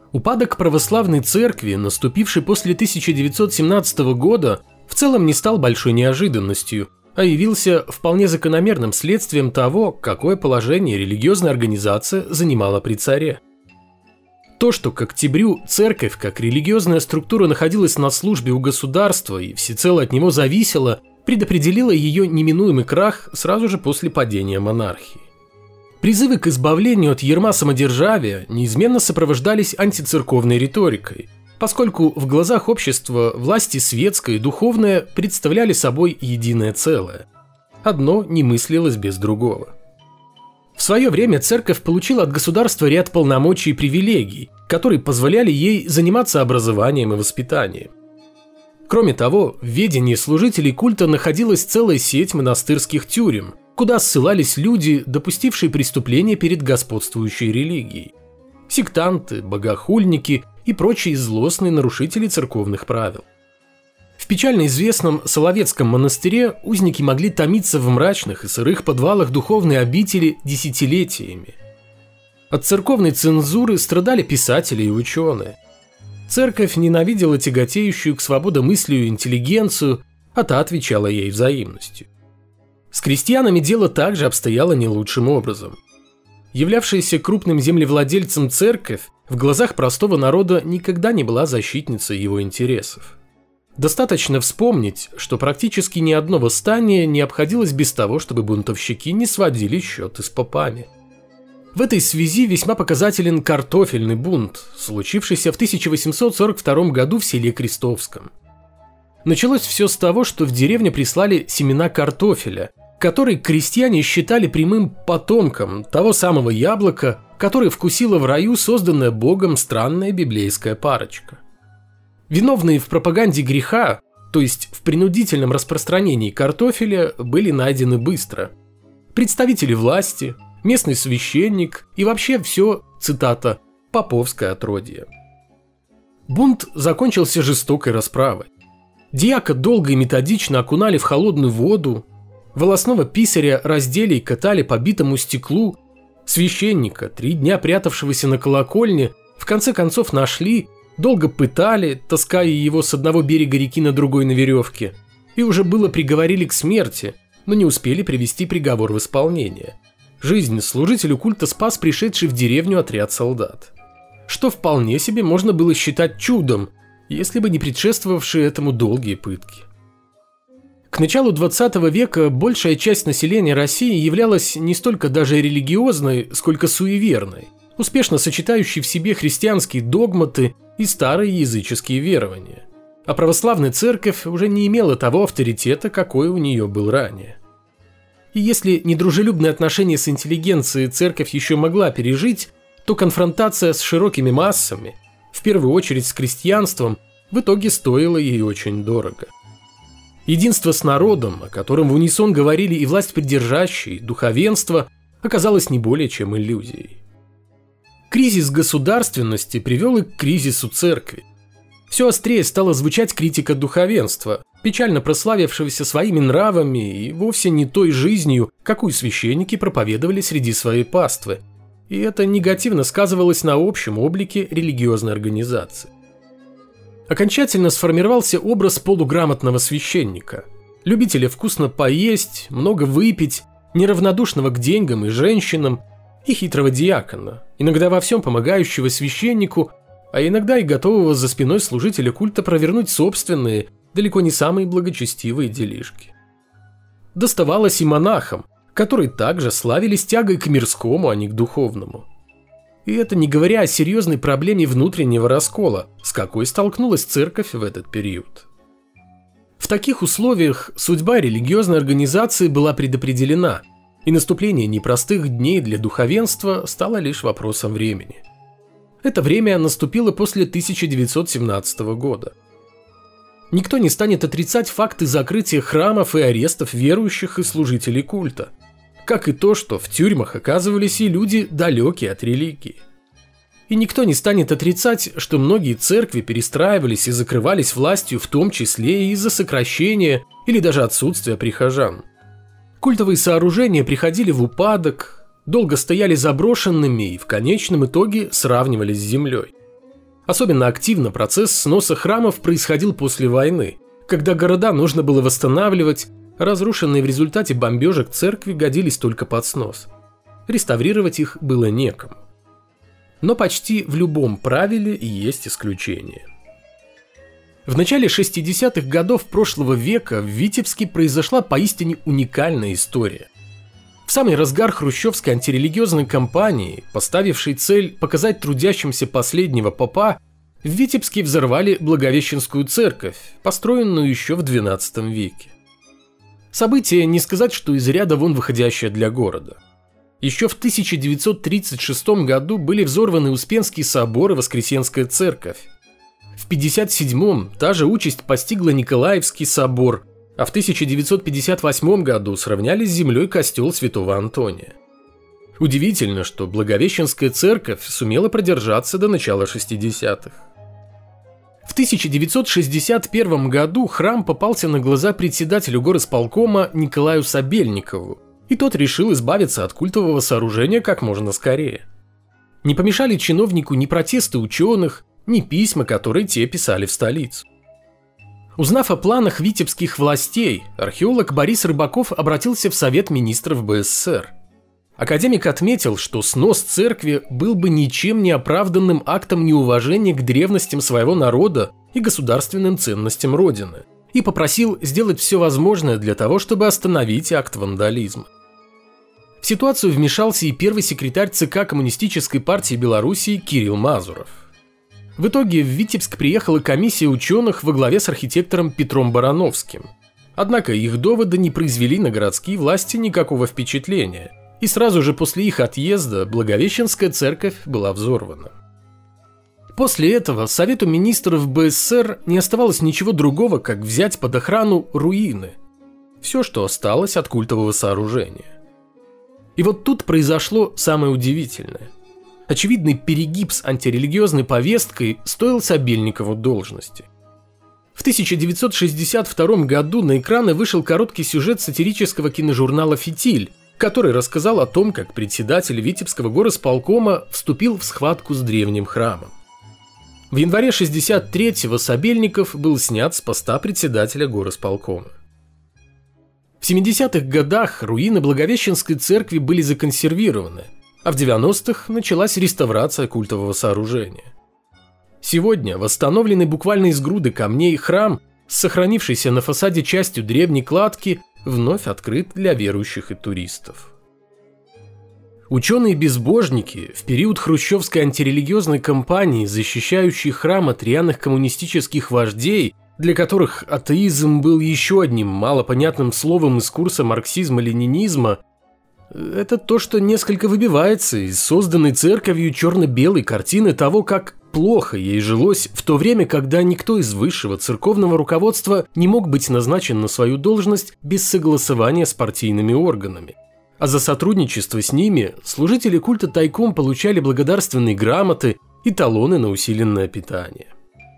Упадок православной церкви, наступивший после 1917 года, в целом не стал большой неожиданностью, а явился вполне закономерным следствием того, какое положение религиозная организация занимала при царе. То, что к октябрю церковь как религиозная структура находилась на службе у государства и всецело от него зависела, предопределило ее неминуемый крах сразу же после падения монархии. Призывы к избавлению от ярма самодержавия неизменно сопровождались антицерковной риторикой, поскольку в глазах общества власти светское и духовное представляли собой единое целое. Одно не мыслилось без другого. В свое время церковь получила от государства ряд полномочий и привилегий, которые позволяли ей заниматься образованием и воспитанием. Кроме того, в ведении служителей культа находилась целая сеть монастырских тюрем, куда ссылались люди, допустившие преступления перед господствующей религией. Сектанты, богохульники и прочие злостные нарушители церковных правил. В печально известном Соловецком монастыре узники могли томиться в мрачных и сырых подвалах духовной обители десятилетиями. От церковной цензуры страдали писатели и ученые. Церковь ненавидела тяготеющую к свободомыслию интеллигенцию, а та отвечала ей взаимностью. С крестьянами дело также обстояло не лучшим образом. Являвшаяся крупным землевладельцем церковь в глазах простого народа никогда не была защитницей его интересов. Достаточно вспомнить, что практически ни одно восстание не обходилось без того, чтобы бунтовщики не сводили счеты с попами. В этой связи весьма показателен картофельный бунт, случившийся в 1842 году в селе Крестовском. Началось все с того, что в деревню прислали семена картофеля, который крестьяне считали прямым потомком того самого яблока, которое вкусила в раю созданная Богом странная библейская парочка. Виновные в пропаганде греха, то есть в принудительном распространении картофеля, были найдены быстро. Представители власти, местный священник и вообще все, цитата, «поповское отродье». Бунт закончился жестокой расправой. Дьяка долго и методично окунали в холодную воду, волосного писаря раздели и катали по битому стеклу, священника, 3 дня прятавшегося на колокольне, в конце концов нашли, долго пытали, таская его с одного берега реки на другой на веревке, и уже было приговорили к смерти, но не успели привести приговор в исполнение. Жизнь служителю культа спас пришедший в деревню отряд солдат. Что вполне себе можно было считать чудом, если бы не предшествовавшие этому долгие пытки. К началу 20 века большая часть населения России являлась не столько даже религиозной, сколько суеверной, успешно сочетающей в себе христианские догматы и старые языческие верования. А православная церковь уже не имела того авторитета, какой у нее был ранее. И если недружелюбные отношения с интеллигенцией церковь еще могла пережить, то конфронтация с широкими массами, в первую очередь с крестьянством, в итоге стоила ей очень дорого. Единство с народом, о котором в унисон говорили и власть придержащие, и духовенство, оказалось не более чем иллюзией. Кризис государственности привел и к кризису церкви. Все острее стала звучать критика духовенства, печально прославившегося своими нравами и вовсе не той жизнью, какую священники проповедовали среди своей паствы, и это негативно сказывалось на общем облике религиозной организации. Окончательно сформировался образ полуграмотного священника, любителя вкусно поесть, много выпить, неравнодушного к деньгам и женщинам, и хитрого диакона, иногда во всем помогающего священнику, а иногда и готового за спиной служителя культа провернуть собственные, далеко не самые благочестивые делишки. Доставалось и монахам, которые также славились тягой к мирскому, а не к духовному. И это не говоря о серьезной проблеме внутреннего раскола, с какой столкнулась церковь в этот период. В таких условиях судьба религиозной организации была предопределена, и наступление непростых дней для духовенства стало лишь вопросом времени. Это время наступило после 1917 года. Никто не станет отрицать факты закрытия храмов и арестов верующих и служителей культа, как и то, что в тюрьмах оказывались и люди, далекие от религии. И никто не станет отрицать, что многие церкви перестраивались и закрывались властью, в том числе и из-за сокращения или даже отсутствия прихожан. Культовые сооружения приходили в упадок, долго стояли заброшенными и в конечном итоге сравнивались с землей. Особенно активно процесс сноса храмов происходил после войны, когда города нужно было восстанавливать, а разрушенные в результате бомбежек церкви годились только под снос. Реставрировать их было некому. Но почти в любом правиле и есть исключение. В начале 60-х годов прошлого века в Витебске произошла поистине уникальная история. В самый разгар хрущевской антирелигиозной кампании, поставившей цель показать трудящимся последнего попа, в Витебске взорвали Благовещенскую церковь, построенную еще в XII веке. Событие, не сказать, что из ряда вон выходящее для города. Еще в 1936 году были взорваны Успенский собор и Воскресенская церковь. В 1957-м та же участь постигла Николаевский собор, а в 1958 году сравняли с землей костел Святого Антония. Удивительно, что Благовещенская церковь сумела продержаться до начала 60-х. В 1961 году храм попался на глаза председателю горосполкома Николаю Сабельникову, и тот решил избавиться от культового сооружения как можно скорее. Не помешали чиновнику ни протесты ученых, ни письма, которые те писали в столицу. Узнав о планах витебских властей, археолог Борис Рыбаков обратился в Совет министров БССР. Академик отметил, что снос церкви был бы ничем не оправданным актом неуважения к древностям своего народа и государственным ценностям Родины, и попросил сделать все возможное для того, чтобы остановить акт вандализма. В ситуацию вмешался и первый секретарь ЦК Коммунистической партии Белоруссии Кирилл Мазуров. В итоге в Витебск приехала комиссия ученых во главе с архитектором Петром Барановским. Однако их доводы не произвели на городские власти никакого впечатления, и сразу же после их отъезда Благовещенская церковь была взорвана. После этого Совету министров БССР не оставалось ничего другого, как взять под охрану руины. Все, что осталось от культового сооружения. И вот тут произошло самое удивительное. Очевидный перегиб с антирелигиозной повесткой стоил Сабельникову должности. В 1962 году на экраны вышел короткий сюжет сатирического киножурнала «Фитиль», который рассказал о том, как председатель Витебского горосполкома вступил в схватку с древним храмом. В январе 1963-го Сабельников был снят с поста председателя горосполкома. В 70-х годах руины Благовещенской церкви были законсервированы, а в 90-х началась реставрация культового сооружения. Сегодня восстановленный буквально из груды камней храм, сохранившийся на фасаде частью древней кладки, вновь открыт для верующих и туристов. Ученые-безбожники в период хрущевской антирелигиозной кампании, защищающие храм от рьяных коммунистических вождей, для которых атеизм был еще одним малопонятным словом из курса марксизма-ленинизма, это то, что несколько выбивается из созданной церковью черно-белой картины того, как плохо ей жилось в то время, когда никто из высшего церковного руководства не мог быть назначен на свою должность без согласования с партийными органами. А за сотрудничество с ними служители культа тайком получали благодарственные грамоты и талоны на усиленное питание.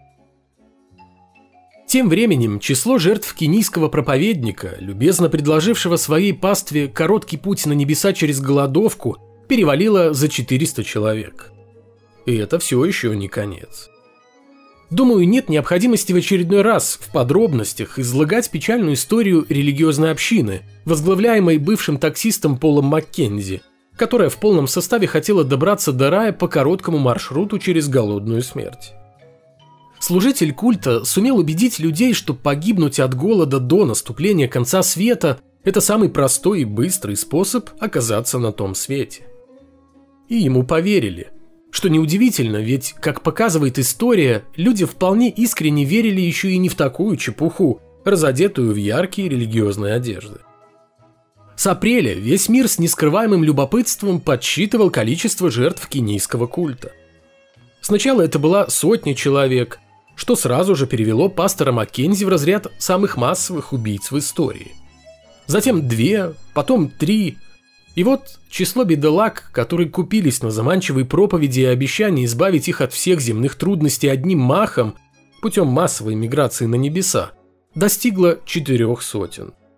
Тем временем число жертв кенийского проповедника, любезно предложившего своей пастве короткий путь на небеса через голодовку, перевалило за 400 человек. И это все еще не конец. Думаю, нет необходимости в очередной раз в подробностях излагать печальную историю религиозной общины, возглавляемой бывшим таксистом Полом Маккензи, которая в полном составе хотела добраться до рая по короткому маршруту через голодную смерть. Служитель культа сумел убедить людей, что погибнуть от голода до наступления конца света – это самый простой и быстрый способ оказаться на том свете. И ему поверили. Что неудивительно, ведь, как показывает история, люди вполне искренне верили еще и не в такую чепуху, разодетую в яркие религиозные одежды. С апреля весь мир с нескрываемым любопытством подсчитывал количество жертв кенийского культа. Сначала это была сотня человек, что сразу же перевело пастора Маккензи в разряд самых массовых убийц в истории. Затем 2, потом 3. И вот число бедолаг, которые купились на заманчивые проповеди и обещания избавить их от всех земных трудностей одним махом путем массовой миграции на небеса, достигло 400.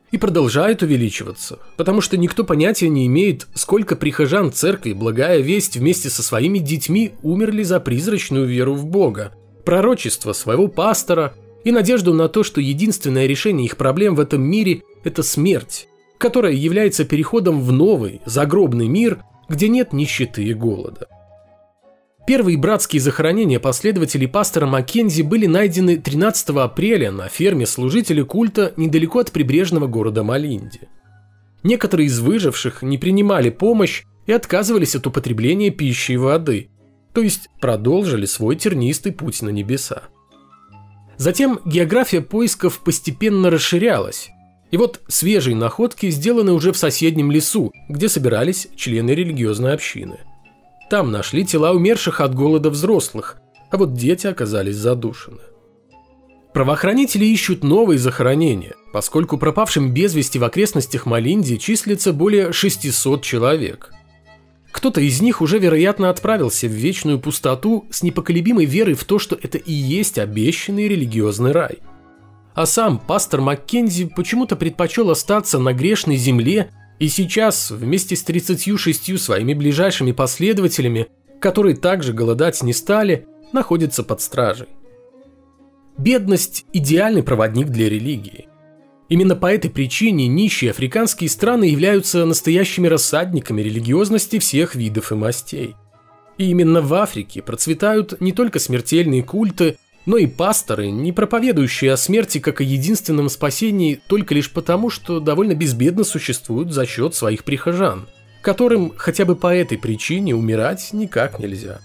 и продолжает увеличиваться, потому что никто понятия не имеет, сколько прихожан церкви «Благая весть» вместе со своими детьми умерли за призрачную веру в Бога, пророчество своего пастора и надежду на то, что единственное решение их проблем в этом мире – это смерть, которая является переходом в новый, загробный мир, где нет нищеты и голода. Первые братские захоронения последователей пастора Маккензи были найдены 13 апреля на ферме служителя культа недалеко от прибрежного города Малинди. Некоторые из выживших не принимали помощь и отказывались от употребления пищи и воды, то есть продолжили свой тернистый путь на небеса. Затем география поисков постепенно расширялась, и вот свежие находки сделаны уже в соседнем лесу, где собирались члены религиозной общины. Там нашли тела умерших от голода взрослых, а вот дети оказались задушены. Правоохранители ищут новые захоронения, поскольку пропавшим без вести в окрестностях Малинди числится более 600 человек. Кто-то из них уже, вероятно, отправился в вечную пустоту с непоколебимой верой в то, что это и есть обещанный религиозный рай. А сам пастор Маккензи почему-то предпочел остаться на грешной земле и сейчас, вместе с 36 своими ближайшими последователями, которые также голодать не стали, находится под стражей. Бедность – идеальный проводник для религии. Именно по этой причине нищие африканские страны являются настоящими рассадниками религиозности всех видов и мастей. И именно в Африке процветают не только смертельные культы, но и пасторы, не проповедующие о смерти как о единственном спасении только лишь потому, что довольно безбедно существуют за счет своих прихожан, которым хотя бы по этой причине умирать никак нельзя.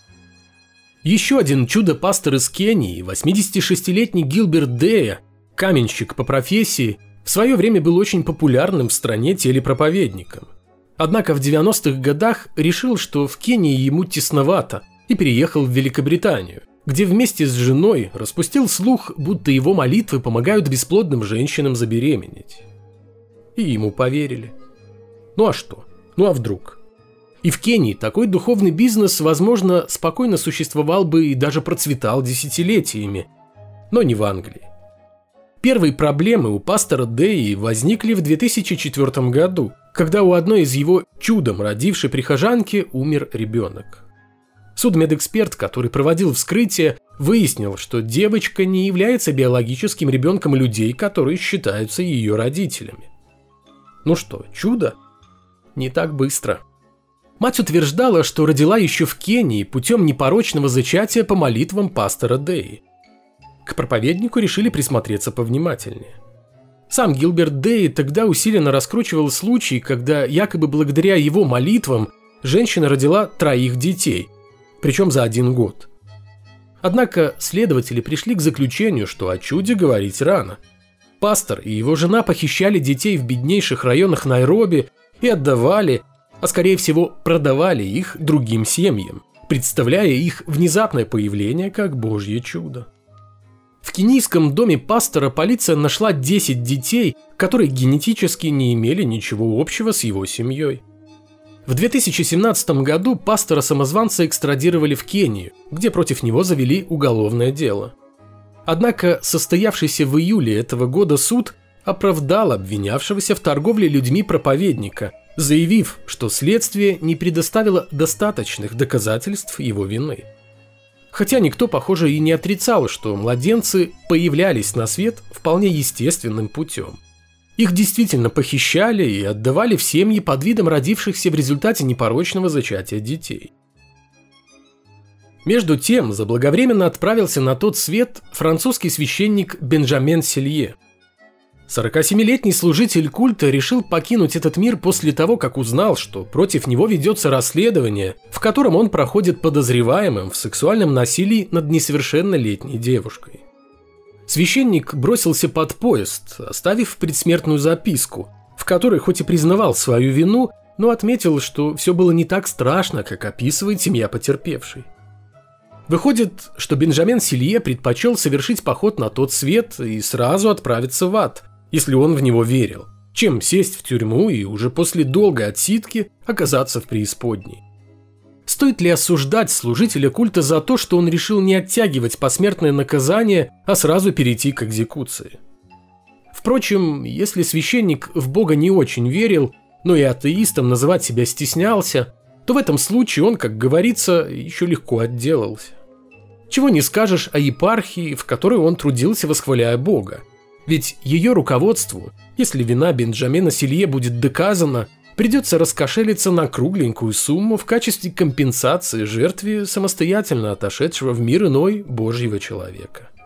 Еще один чудо-пастор из Кении, 86-летний Гилберт Дея, каменщик по профессии, в свое время был очень популярным в стране телепроповедником. Однако в 90-х годах решил, что в Кении ему тесновато, и переехал в Великобританию, где вместе с женой распустил слух, будто его молитвы помогают бесплодным женщинам забеременеть. И ему поверили. Ну а что? Ну а вдруг? И в Кении такой духовный бизнес, возможно, спокойно существовал бы и даже процветал десятилетиями, но не в Англии. Первые проблемы у пастора Деи возникли в 2004 году, когда у одной из его чудом родившей прихожанки умер ребенок. Судмедэксперт, который проводил вскрытие, выяснил, что девочка не является биологическим ребенком людей, которые считаются ее родителями. Ну что, чудо? Не так быстро. Мать утверждала, что родила еще в Кении путем непорочного зачатия по молитвам пастора Деи. К проповеднику решили присмотреться повнимательнее. Сам Гилберт Деи тогда усиленно раскручивал случай, когда якобы благодаря его молитвам женщина родила 3 детей, причем за 1 год. Однако следователи пришли к заключению, что о чуде говорить рано. Пастор и его жена похищали детей в беднейших районах Найроби и отдавали, а скорее всего продавали их другим семьям, представляя их внезапное появление как божье чудо. В кенийском доме пастора полиция нашла 10 детей, которые генетически не имели ничего общего с его семьей. В 2017 году пастора-самозванца экстрадировали в Кению, где против него завели уголовное дело. Однако состоявшийся в июле этого года суд оправдал обвинявшегося в торговле людьми проповедника, заявив, что следствие не предоставило достаточных доказательств его вины. Хотя никто, похоже, и не отрицал, что младенцы появлялись на свет вполне естественным путем. Их действительно похищали и отдавали в семьи под видом родившихся в результате непорочного зачатия детей. Между тем, заблаговременно отправился на тот свет французский священник Бенджамен Селье. 47-летний служитель культа решил покинуть этот мир после того, как узнал, что против него ведется расследование, в котором он проходит подозреваемым в сексуальном насилии над несовершеннолетней девушкой. Священник бросился под поезд, оставив предсмертную записку, в которой хоть и признавал свою вину, но отметил, что все было не так страшно, как описывает семья потерпевшей. Выходит, что Бенджамен Селье предпочел совершить поход на тот свет и сразу отправиться в ад, если он в него верил, чем сесть в тюрьму и уже после долгой отсидки оказаться в преисподней. Стоит ли осуждать служителя культа за то, что он решил не оттягивать посмертное наказание, а сразу перейти к экзекуции? Впрочем, если священник в Бога не очень верил, но и атеистом называть себя стеснялся, то в этом случае он, как говорится, еще легко отделался. Чего не скажешь о епархии, в которой он трудился, восхваляя Бога. Ведь ее руководству, если вина Бенджамина Силье будет доказана, придется раскошелиться на кругленькую сумму в качестве компенсации жертве самостоятельно отошедшего в мир иной Божьего человека.